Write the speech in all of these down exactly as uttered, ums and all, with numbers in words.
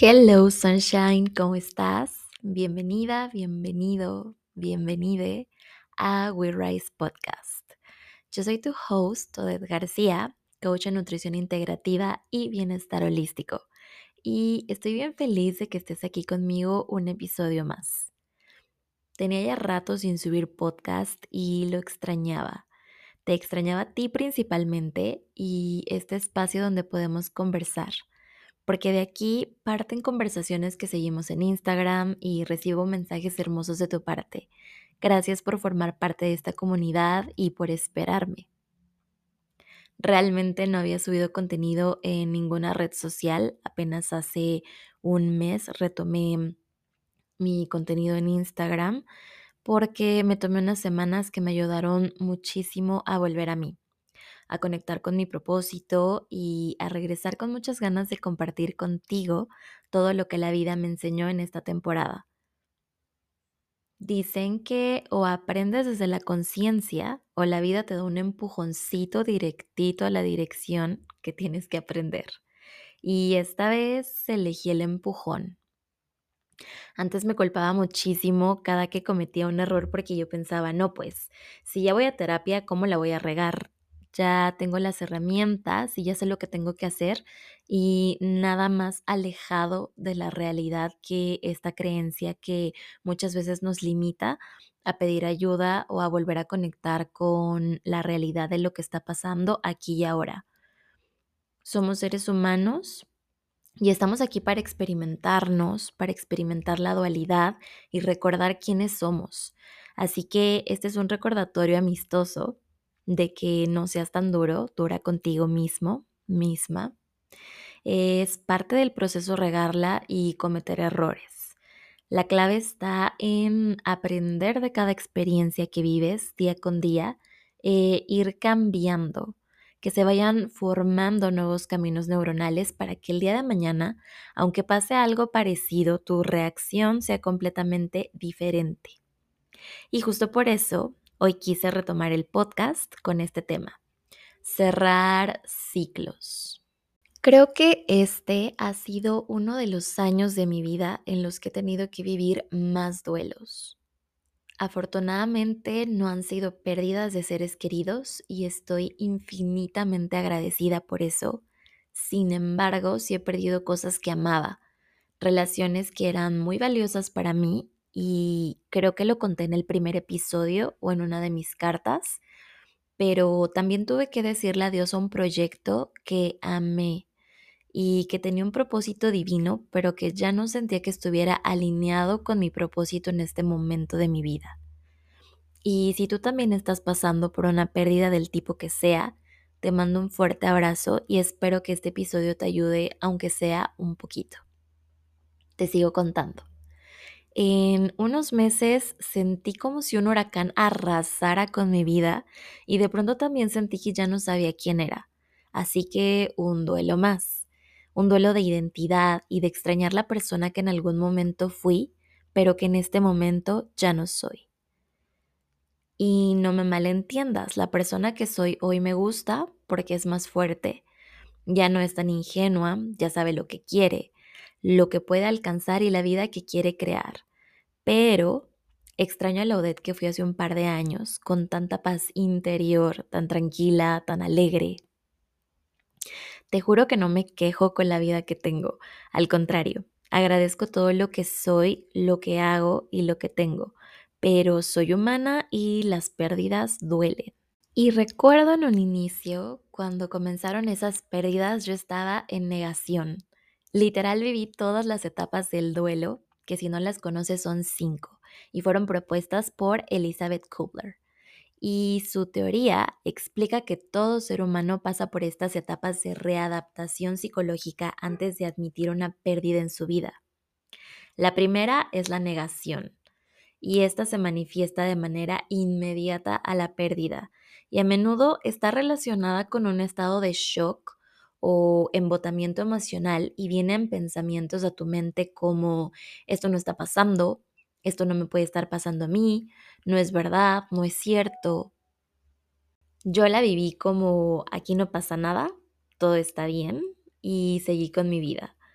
Hello, Sunshine, ¿cómo estás? Bienvenida, bienvenido, bienvenide a We Rise Podcast. Yo soy tu host, Odette García, coach en nutrición integrativa y bienestar holístico. Y estoy bien feliz de que estés aquí conmigo un episodio más. Tenía ya rato sin subir podcast y lo extrañaba. Te extrañaba a ti principalmente y este espacio donde podemos conversar porque de aquí parten conversaciones que seguimos en Instagram y recibo mensajes hermosos de tu parte. Gracias por formar parte de esta comunidad y por esperarme. Realmente no había subido contenido en ninguna red social, apenas hace un mes retomé mi contenido en Instagram porque me tomé unas semanas que me ayudaron muchísimo a volver a mí, a conectar con mi propósito y a regresar con muchas ganas de compartir contigo todo lo que la vida me enseñó en esta temporada. Dicen que o aprendes desde la conciencia o la vida te da un empujoncito directito a la dirección que tienes que aprender. Y esta vez elegí el empujón. Antes me culpaba muchísimo cada que cometía un error porque yo pensaba, no, pues, si ya voy a terapia, ¿cómo la voy a regar? Ya tengo las herramientas y ya sé lo que tengo que hacer y nada más alejado de la realidad que esta creencia que muchas veces nos limita a pedir ayuda o a volver a conectar con la realidad de lo que está pasando aquí y ahora. Somos seres humanos y estamos aquí para experimentarnos, para experimentar la dualidad y recordar quiénes somos. Así que este es un recordatorio amistoso de que no seas tan duro, dura contigo mismo, misma. Es parte del proceso regarla y cometer errores. La clave está en aprender de cada experiencia que vives día con día, e ir cambiando, que se vayan formando nuevos caminos neuronales para que el día de mañana, aunque pase algo parecido, tu reacción sea completamente diferente. Y justo por eso, hoy quise retomar el podcast con este tema, cerrar ciclos. Creo que este ha sido uno de los años de mi vida en los que he tenido que vivir más duelos. Afortunadamente no han sido pérdidas de seres queridos y estoy infinitamente agradecida por eso. Sin embargo, sí he perdido cosas que amaba, relaciones que eran muy valiosas para mí y creo que lo conté en el primer episodio o en una de mis cartas, pero también tuve que decirle adiós a un proyecto que amé y que tenía un propósito divino, pero que ya no sentía que estuviera alineado con mi propósito en este momento de mi vida. Y si tú también estás pasando por una pérdida del tipo que sea, te mando un fuerte abrazo y espero que este episodio te ayude, aunque sea un poquito. Te sigo contando. En unos meses sentí como si un huracán arrasara con mi vida y de pronto también sentí que ya no sabía quién era. Así que un duelo más, un duelo de identidad y de extrañar la persona que en algún momento fui, pero que en este momento ya no soy. Y no me malentiendas, la persona que soy hoy me gusta porque es más fuerte, ya no es tan ingenua, ya sabe lo que quiere, lo que puede alcanzar y la vida que quiere crear. Pero extraño a la Odette que fui hace un par de años, con tanta paz interior, tan tranquila, tan alegre. Te juro que no me quejo con la vida que tengo, al contrario, agradezco todo lo que soy, lo que hago y lo que tengo, pero soy humana y las pérdidas duelen. Y recuerdo en un inicio, cuando comenzaron esas pérdidas, yo estaba en negación. Literal viví todas las etapas del duelo, que si no las conoces son cinco, y fueron propuestas por Elizabeth Kubler. Y su teoría explica que todo ser humano pasa por estas etapas de readaptación psicológica antes de admitir una pérdida en su vida. La primera es la negación, y esta se manifiesta de manera inmediata a la pérdida y a menudo está relacionada con un estado de shock o embotamiento emocional y vienen pensamientos a tu mente como esto no está pasando, esto no me puede estar pasando a mí, no es verdad, no es cierto. Yo la viví como aquí no pasa nada, todo está bien y seguí con mi vida.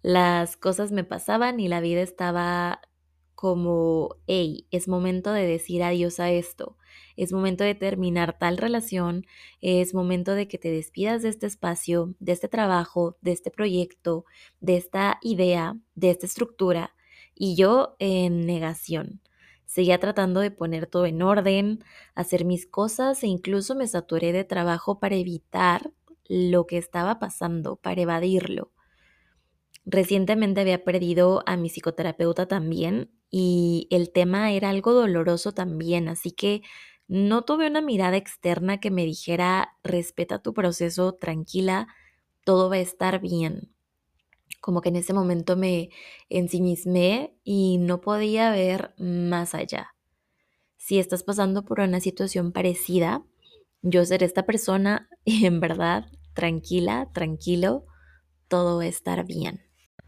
Las cosas me pasaban y la vida estaba como, hey, es momento de decir adiós a esto, es momento de terminar tal relación, es momento de que te despidas de este espacio, de este trabajo, de este proyecto, de esta idea, de esta estructura. Y yo en negación. Seguía tratando de poner todo en orden, hacer mis cosas e incluso me saturé de trabajo para evitar lo que estaba pasando, para evadirlo. Recientemente había perdido a mi psicoterapeuta también y el tema era algo doloroso también, así que no tuve una mirada externa que me dijera, respeta tu proceso, tranquila, todo va a estar bien. Como que en ese momento me ensimismé y no podía ver más allá. Si estás pasando por una situación parecida, yo seré esta persona y en verdad, tranquila, tranquilo, todo va a estar bien.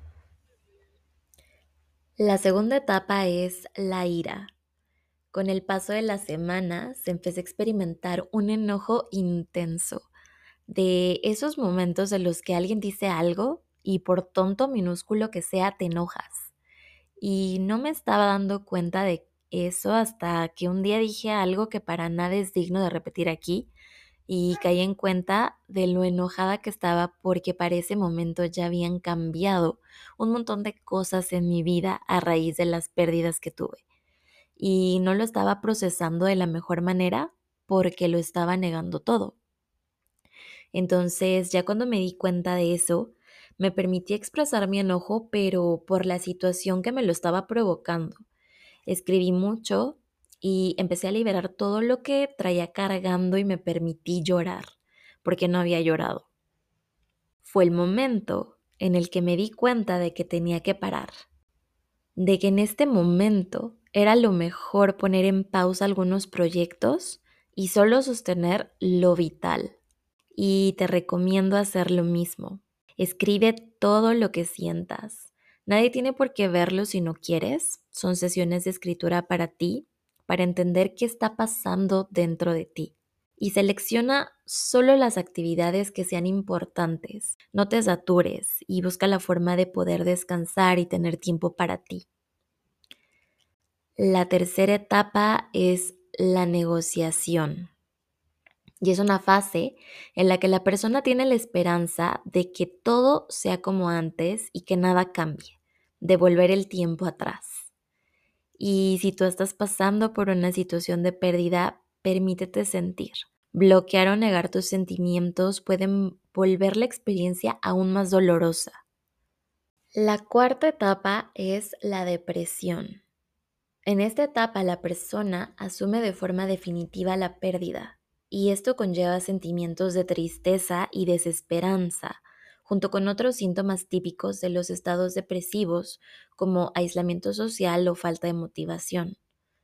La segunda etapa es la ira. Con el paso de las semanas empecé a experimentar un enojo intenso, de esos momentos en los que alguien dice algo y por tonto minúsculo que sea te enojas. Y no me estaba dando cuenta de eso hasta que un día dije algo que para nada es digno de repetir aquí y caí en cuenta de lo enojada que estaba porque para ese momento ya habían cambiado un montón de cosas en mi vida a raíz de las pérdidas que tuve y no lo estaba procesando de la mejor manera porque lo estaba negando todo. Entonces, ya cuando me di cuenta de eso, me permití expresar mi enojo, pero por la situación que me lo estaba provocando. Escribí mucho y empecé a liberar todo lo que traía cargando y me permití llorar, porque no había llorado. Fue el momento en el que me di cuenta de que tenía que parar, de que en este momento era lo mejor poner en pausa algunos proyectos y solo sostener lo vital. Y te recomiendo hacer lo mismo. Escribe todo lo que sientas. Nadie tiene por qué verlo si no quieres. Son sesiones de escritura para ti, para entender qué está pasando dentro de ti. Y selecciona solo las actividades que sean importantes. No te satures y busca la forma de poder descansar y tener tiempo para ti. La tercera etapa es la negociación. Y es una fase en la que la persona tiene la esperanza de que todo sea como antes y que nada cambie, de volver el tiempo atrás. Y si tú estás pasando por una situación de pérdida, permítete sentir. Bloquear o negar tus sentimientos pueden volver la experiencia aún más dolorosa. La cuarta etapa es la depresión. En esta etapa la persona asume de forma definitiva la pérdida y esto conlleva sentimientos de tristeza y desesperanza, junto con otros síntomas típicos de los estados depresivos como aislamiento social o falta de motivación.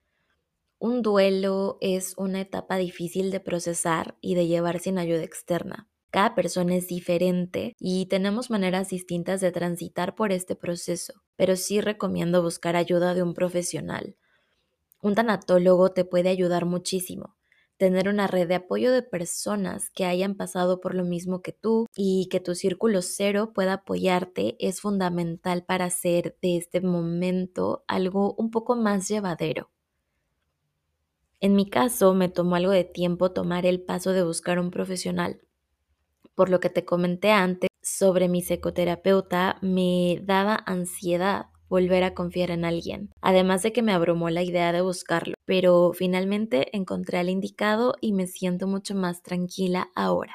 Un duelo es una etapa difícil de procesar y de llevar sin ayuda externa. Cada persona es diferente y tenemos maneras distintas de transitar por este proceso, pero sí recomiendo buscar ayuda de un profesional. Un tanatólogo te puede ayudar muchísimo. Tener una red de apoyo de personas que hayan pasado por lo mismo que tú y que tu círculo cero pueda apoyarte es fundamental para hacer de este momento algo un poco más llevadero. En mi caso, me tomó algo de tiempo tomar el paso de buscar un profesional. Por lo que te comenté antes sobre mi psicoterapeuta, me daba ansiedad volver a confiar en alguien, además de que me abrumó la idea de buscarlo, pero finalmente encontré al indicado y me siento mucho más tranquila ahora.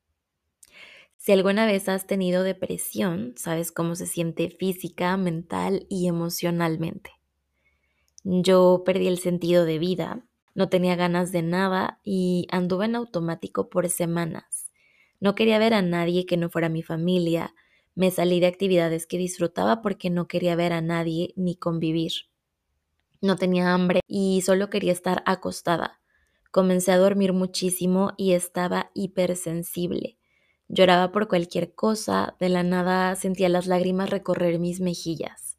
Si alguna vez has tenido depresión, sabes cómo se siente física, mental y emocionalmente. Yo perdí el sentido de vida, no tenía ganas de nada y anduve en automático por semanas. No quería ver a nadie que no fuera mi familia. Me salí de actividades que disfrutaba porque no quería ver a nadie ni convivir. No tenía hambre y solo quería estar acostada. Comencé a dormir muchísimo y estaba hipersensible. Lloraba por cualquier cosa, de la nada sentía las lágrimas recorrer mis mejillas.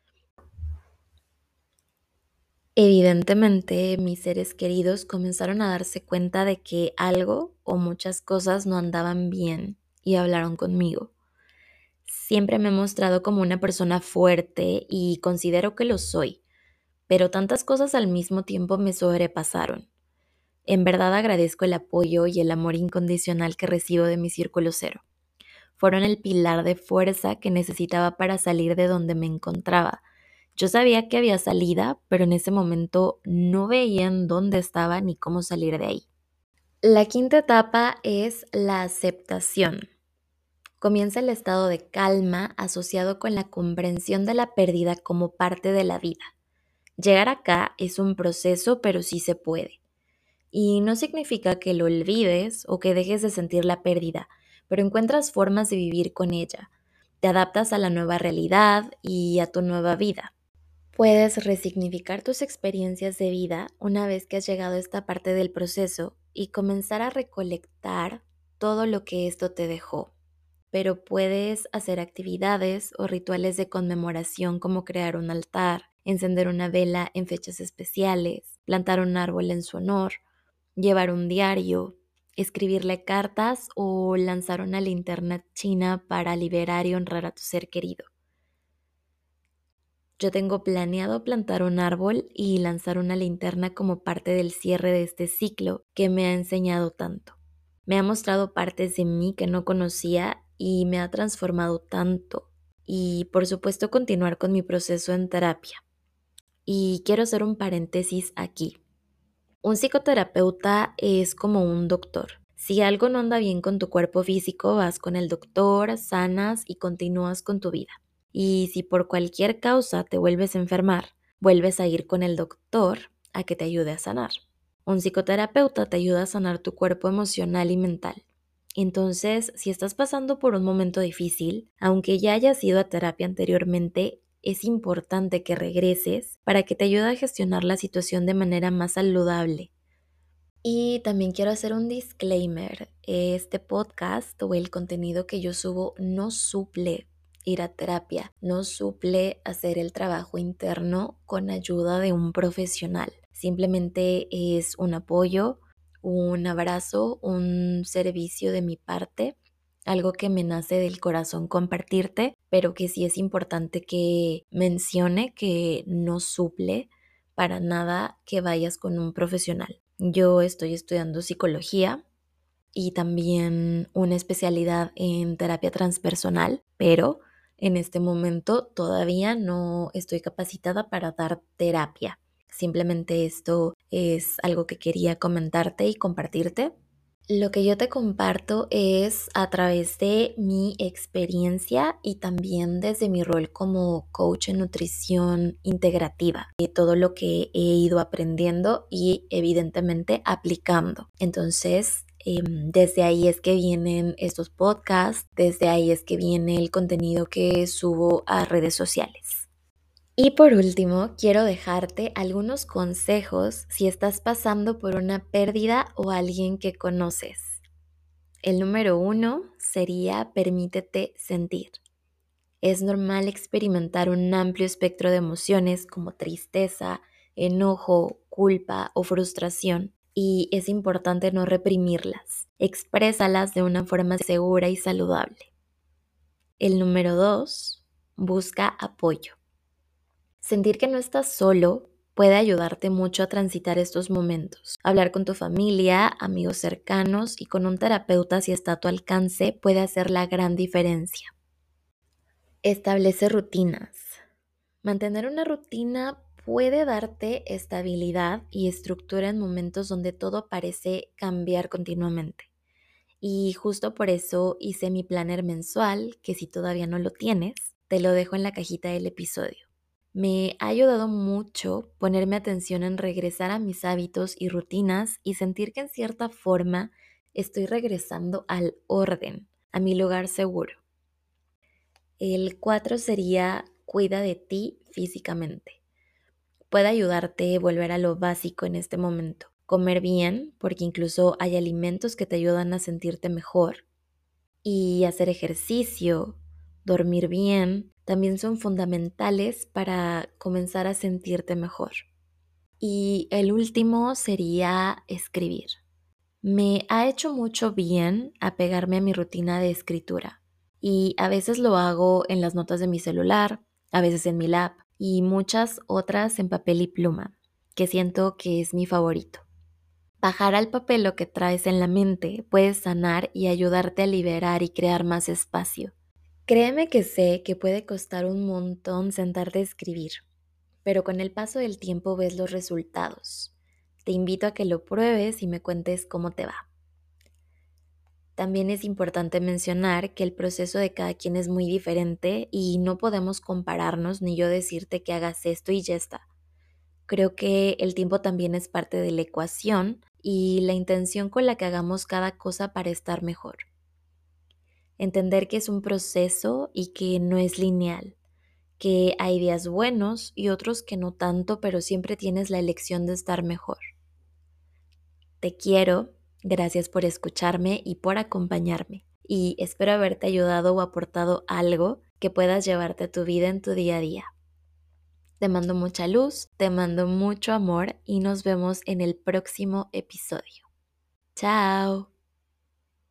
Evidentemente, mis seres queridos comenzaron a darse cuenta de que algo o muchas cosas no andaban bien y hablaron conmigo. Siempre me he mostrado como una persona fuerte y considero que lo soy, pero tantas cosas al mismo tiempo me sobrepasaron. En verdad agradezco el apoyo y el amor incondicional que recibo de mi círculo cero. Fueron el pilar de fuerza que necesitaba para salir de donde me encontraba. Yo sabía que había salida, pero en ese momento no veía en dónde estaba ni cómo salir de ahí. La quinta etapa es la aceptación. Comienza el estado de calma asociado con la comprensión de la pérdida como parte de la vida. Llegar acá es un proceso, pero sí se puede. Y no significa que lo olvides o que dejes de sentir la pérdida, pero encuentras formas de vivir con ella. Te adaptas a la nueva realidad y a tu nueva vida. Puedes resignificar tus experiencias de vida una vez que has llegado a esta parte del proceso y comenzar a recolectar todo lo que esto te dejó. Pero puedes hacer actividades o rituales de conmemoración como crear un altar, encender una vela en fechas especiales, plantar un árbol en su honor, llevar un diario, escribirle cartas o lanzar una linterna china para liberar y honrar a tu ser querido. Yo tengo planeado plantar un árbol y lanzar una linterna como parte del cierre de este ciclo que me ha enseñado tanto. Me ha mostrado partes de mí que no conocía y me ha transformado tanto. Y por supuesto continuar con mi proceso en terapia. Y quiero hacer un paréntesis aquí. Un psicoterapeuta es como un doctor. Si algo no anda bien con tu cuerpo físico, vas con el doctor, sanas y continúas con tu vida. Y si por cualquier causa te vuelves a enfermar, vuelves a ir con el doctor a que te ayude a sanar. Un psicoterapeuta te ayuda a sanar tu cuerpo emocional y mental. Entonces, si estás pasando por un momento difícil, aunque ya hayas ido a terapia anteriormente, es importante que regreses para que te ayude a gestionar la situación de manera más saludable. Y también quiero hacer un disclaimer. Este podcast o el contenido que yo subo no suple ir a terapia, no suple hacer el trabajo interno con ayuda de un profesional. Simplemente es un apoyo, un abrazo, un servicio de mi parte, algo que me nace del corazón compartirte, pero que sí es importante que mencione que no suple para nada que vayas con un profesional. Yo estoy estudiando psicología y también una especialidad en terapia transpersonal, pero en este momento todavía no estoy capacitada para dar terapia. Simplemente esto es algo que quería comentarte y compartirte. Lo que yo te comparto es a través de mi experiencia y también desde mi rol como coach en nutrición integrativa y todo lo que he ido aprendiendo y evidentemente aplicando. Entonces, eh, desde ahí es que vienen estos podcasts, desde ahí es que viene el contenido que subo a redes sociales. Y por último, quiero dejarte algunos consejos si estás pasando por una pérdida o alguien que conoces. El número uno sería permítete sentir. Es normal experimentar un amplio espectro de emociones como tristeza, enojo, culpa o frustración y es importante no reprimirlas. Exprésalas de una forma segura y saludable. El número dos, busca apoyo. Sentir que no estás solo puede ayudarte mucho a transitar estos momentos. Hablar con tu familia, amigos cercanos y con un terapeuta si está a tu alcance puede hacer la gran diferencia. Establece rutinas. Mantener una rutina puede darte estabilidad y estructura en momentos donde todo parece cambiar continuamente. Y justo por eso hice mi planner mensual, que si todavía no lo tienes, te lo dejo en la cajita del episodio. Me ha ayudado mucho ponerme atención en regresar a mis hábitos y rutinas y sentir que en cierta forma estoy regresando al orden, a mi lugar seguro. El cuatro sería cuida de ti físicamente. Puede ayudarte a volver a lo básico en este momento. Comer bien, porque incluso hay alimentos que te ayudan a sentirte mejor. Y hacer ejercicio, dormir bien, también son fundamentales para comenzar a sentirte mejor. Y el último sería escribir. Me ha hecho mucho bien apegarme a mi rutina de escritura. Y a veces lo hago en las notas de mi celular, a veces en mi lap y muchas otras en papel y pluma, que siento que es mi favorito. Bajar al papel lo que traes en la mente puede sanar y ayudarte a liberar y crear más espacio. Créeme que sé que puede costar un montón sentarte a escribir, pero con el paso del tiempo ves los resultados. Te invito a que lo pruebes y me cuentes cómo te va. También es importante mencionar que el proceso de cada quien es muy diferente y no podemos compararnos ni yo decirte que hagas esto y ya está. Creo que el tiempo también es parte de la ecuación y la intención con la que hagamos cada cosa para estar mejor. Entender que es un proceso y que no es lineal, que hay días buenos y otros que no tanto, pero siempre tienes la elección de estar mejor. Te quiero, gracias por escucharme y por acompañarme. Y espero haberte ayudado o aportado algo que puedas llevarte a tu vida en tu día a día. Te mando mucha luz, te mando mucho amor y nos vemos en el próximo episodio. Chao.